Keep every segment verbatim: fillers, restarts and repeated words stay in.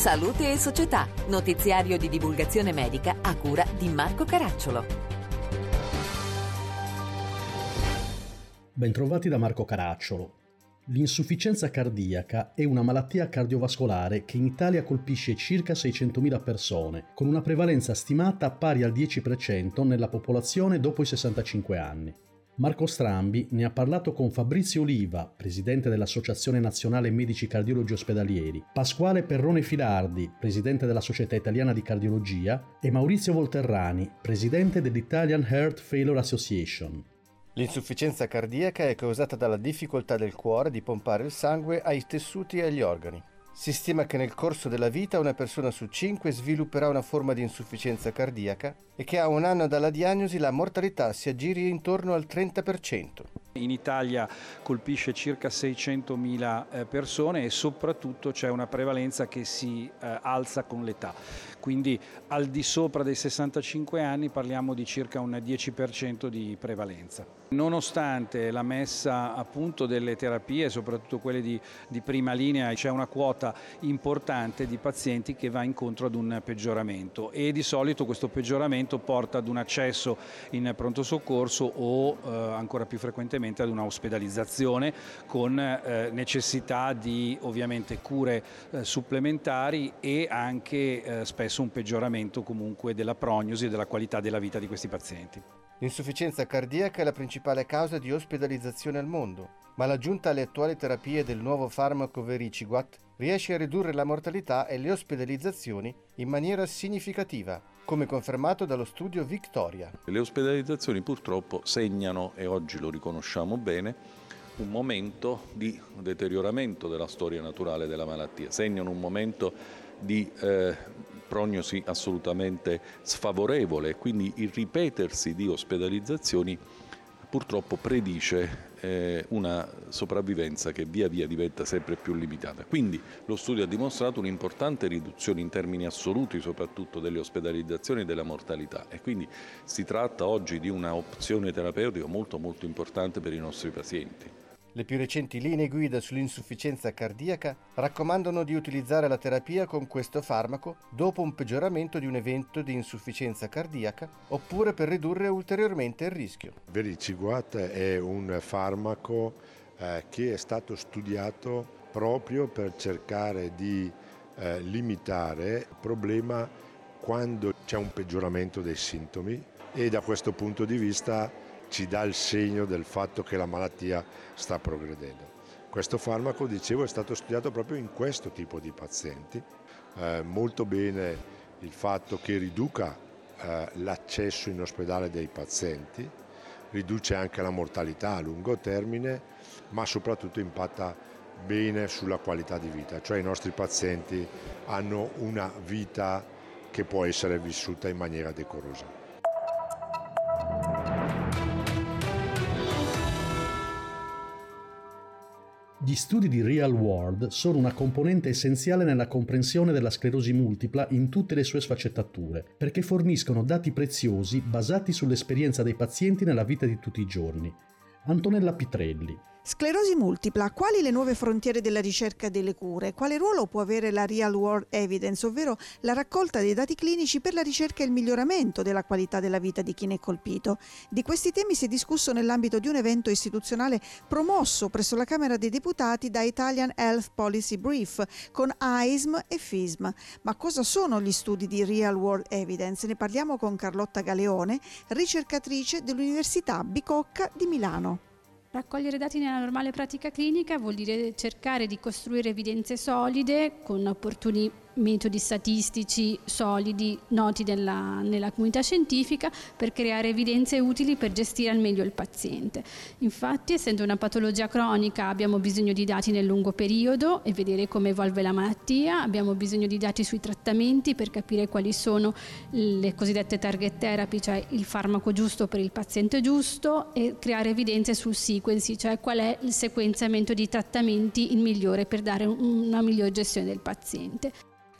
Salute e Società, notiziario di divulgazione medica a cura di Marco Caracciolo. Bentrovati da Marco Caracciolo. L'insufficienza cardiaca è una malattia cardiovascolare che in Italia colpisce circa seicentomila persone, con una prevalenza stimata pari al dieci per cento nella popolazione dopo i sessantacinque anni. Marco Strambi ne ha parlato con Fabrizio Oliva, presidente dell'Associazione Nazionale Medici Cardiologi Ospedalieri, Pasquale Perrone Filardi, presidente della Società Italiana di Cardiologia, e Maurizio Volterrani, presidente dell'Italian Heart Failure Association. L'insufficienza cardiaca è causata dalla difficoltà del cuore di pompare il sangue ai tessuti e agli organi. Si stima che nel corso della vita una persona su cinque svilupperà una forma di insufficienza cardiaca e che a un anno dalla diagnosi la mortalità si aggiri intorno al trenta per cento. In Italia colpisce circa seicentomila persone e soprattutto c'è una prevalenza che si eh, alza con l'età. Quindi al di sopra dei sessantacinque anni parliamo di circa un dieci per cento di prevalenza. Nonostante la messa a punto delle terapie, soprattutto quelle di, di prima linea, c'è una quota importante di pazienti che va incontro ad un peggioramento e di solito questo peggioramento porta ad un accesso in pronto soccorso o eh, ancora più frequentemente ad una ospedalizzazione con eh, necessità di ovviamente cure eh, supplementari e anche eh, spesso un peggioramento comunque della prognosi e della qualità della vita di questi pazienti. L'insufficienza cardiaca è la principale causa di ospedalizzazione al mondo, ma l'aggiunta alle attuali terapie del nuovo farmaco Vericiguat riesce a ridurre la mortalità e le ospedalizzazioni in maniera significativa, come confermato dallo studio Victoria. Le ospedalizzazioni purtroppo segnano, e oggi lo riconosciamo bene, un momento di deterioramento della storia naturale della malattia, segnano un momento di eh, prognosi assolutamente sfavorevole e quindi il ripetersi di ospedalizzazioni purtroppo predice eh, una sopravvivenza che via via diventa sempre più limitata. Quindi lo studio ha dimostrato un'importante riduzione in termini assoluti soprattutto delle ospedalizzazioni e della mortalità e quindi si tratta oggi di una opzione terapeutica molto molto importante per i nostri pazienti. Le più recenti linee guida sull'insufficienza cardiaca raccomandano di utilizzare la terapia con questo farmaco dopo un peggioramento di un evento di insufficienza cardiaca oppure per ridurre ulteriormente il rischio. Vericiguat è un farmaco eh, che è stato studiato proprio per cercare di eh, limitare il problema quando c'è un peggioramento dei sintomi e da questo punto di vista ci dà il segno del fatto che la malattia sta progredendo. Questo farmaco, dicevo, è stato studiato proprio in questo tipo di pazienti. Eh, molto bene il fatto che riduca eh, l'accesso in ospedale dei pazienti, riduce anche la mortalità a lungo termine, ma soprattutto impatta bene sulla qualità di vita, cioè i nostri pazienti hanno una vita che può essere vissuta in maniera decorosa. Gli studi di Real World sono una componente essenziale nella comprensione della sclerosi multipla in tutte le sue sfaccettature, perché forniscono dati preziosi basati sull'esperienza dei pazienti nella vita di tutti i giorni. Antonella Pitrelli. Sclerosi multipla, quali le nuove frontiere della ricerca delle cure? Quale ruolo può avere la Real World Evidence, ovvero la raccolta dei dati clinici per la ricerca e il miglioramento della qualità della vita di chi ne è colpito? Di questi temi si è discusso nell'ambito di un evento istituzionale promosso presso la Camera dei Deputati da Italian Health Policy Brief con A I S M e F I S M. Ma cosa sono gli studi di Real World Evidence? Ne parliamo con Carlotta Galeone, ricercatrice dell'Università Bicocca di Milano. Raccogliere dati nella normale pratica clinica vuol dire cercare di costruire evidenze solide con opportuni metodi statistici solidi noti nella, nella comunità scientifica per creare evidenze utili per gestire al meglio il paziente. Infatti, essendo una patologia cronica, abbiamo bisogno di dati nel lungo periodo e vedere come evolve la malattia, abbiamo bisogno di dati sui trattamenti per capire quali sono le cosiddette target therapy, cioè il farmaco giusto per il paziente giusto, e creare evidenze sul sequencing, cioè qual è il sequenziamento di trattamenti il migliore per dare una migliore gestione del paziente.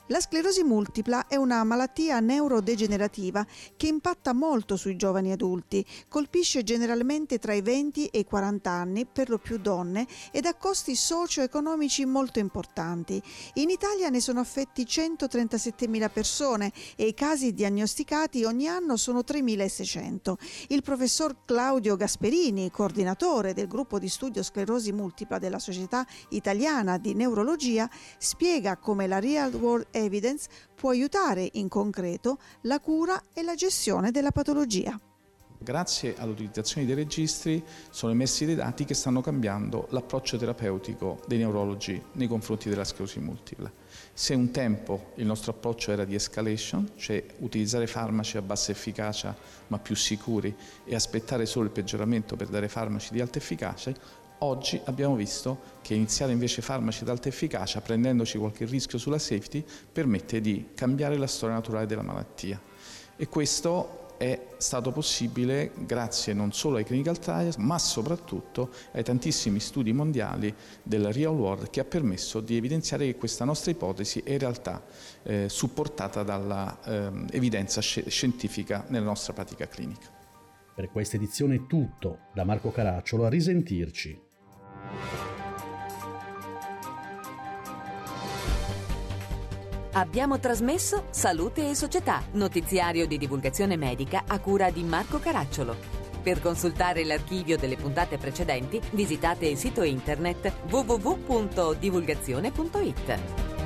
La sclerosi multipla è una malattia neurodegenerativa che impatta molto sui giovani adulti, colpisce generalmente tra i venti e i quaranta anni, per lo più donne, ed ha costi socio-economici molto importanti. In Italia ne sono affetti centotrentasettemila persone e i casi diagnosticati ogni anno sono tremilaseicento. Il professor Claudio Gasperini, coordinatore del gruppo di studio sclerosi multipla della Società Italiana di Neurologia, spiega come la Real World Evidence può aiutare in concreto la cura e la gestione della patologia. Grazie all'utilizzazione dei registri sono emersi dei dati che stanno cambiando l'approccio terapeutico dei neurologi nei confronti della sclerosi multipla. Se un tempo il nostro approccio era di escalation, cioè utilizzare farmaci a bassa efficacia ma più sicuri e aspettare solo il peggioramento per dare farmaci di alta efficacia, oggi abbiamo visto che iniziare invece farmaci ad alta efficacia, prendendoci qualche rischio sulla safety, permette di cambiare la storia naturale della malattia. E questo è stato possibile grazie non solo ai clinical trials, ma soprattutto ai tantissimi studi mondiali della Real World, che ha permesso di evidenziare che questa nostra ipotesi è in realtà eh, supportata dalla eh, evidenza sci- scientifica nella nostra pratica clinica. Per questa edizione è tutto. Da Marco Caracciolo, a risentirci. Abbiamo trasmesso Salute e Società, notiziario di divulgazione medica a cura di Marco Caracciolo. Per consultare l'archivio delle puntate precedenti, visitate il sito internet w w w punto divulgazione punto i t.